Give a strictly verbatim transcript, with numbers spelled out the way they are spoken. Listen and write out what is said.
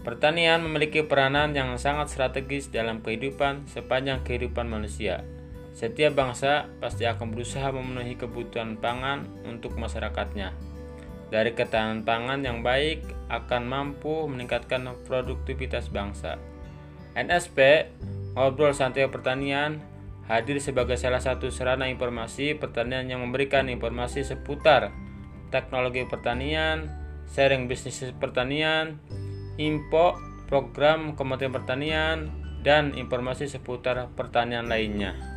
Pertanian memiliki peranan yang sangat strategis dalam kehidupan sepanjang kehidupan manusia. Setiap bangsa pasti akan berusaha memenuhi kebutuhan pangan untuk masyarakatnya. Dari ketahanan pangan yang baik akan mampu meningkatkan produktivitas bangsa. N S P, Ngobrol Santai Pertanian, hadir sebagai salah satu sarana informasi pertanian yang memberikan informasi seputar teknologi pertanian, sharing bisnis pertanian, info, program Kementerian Pertanian, dan informasi seputar pertanian lainnya.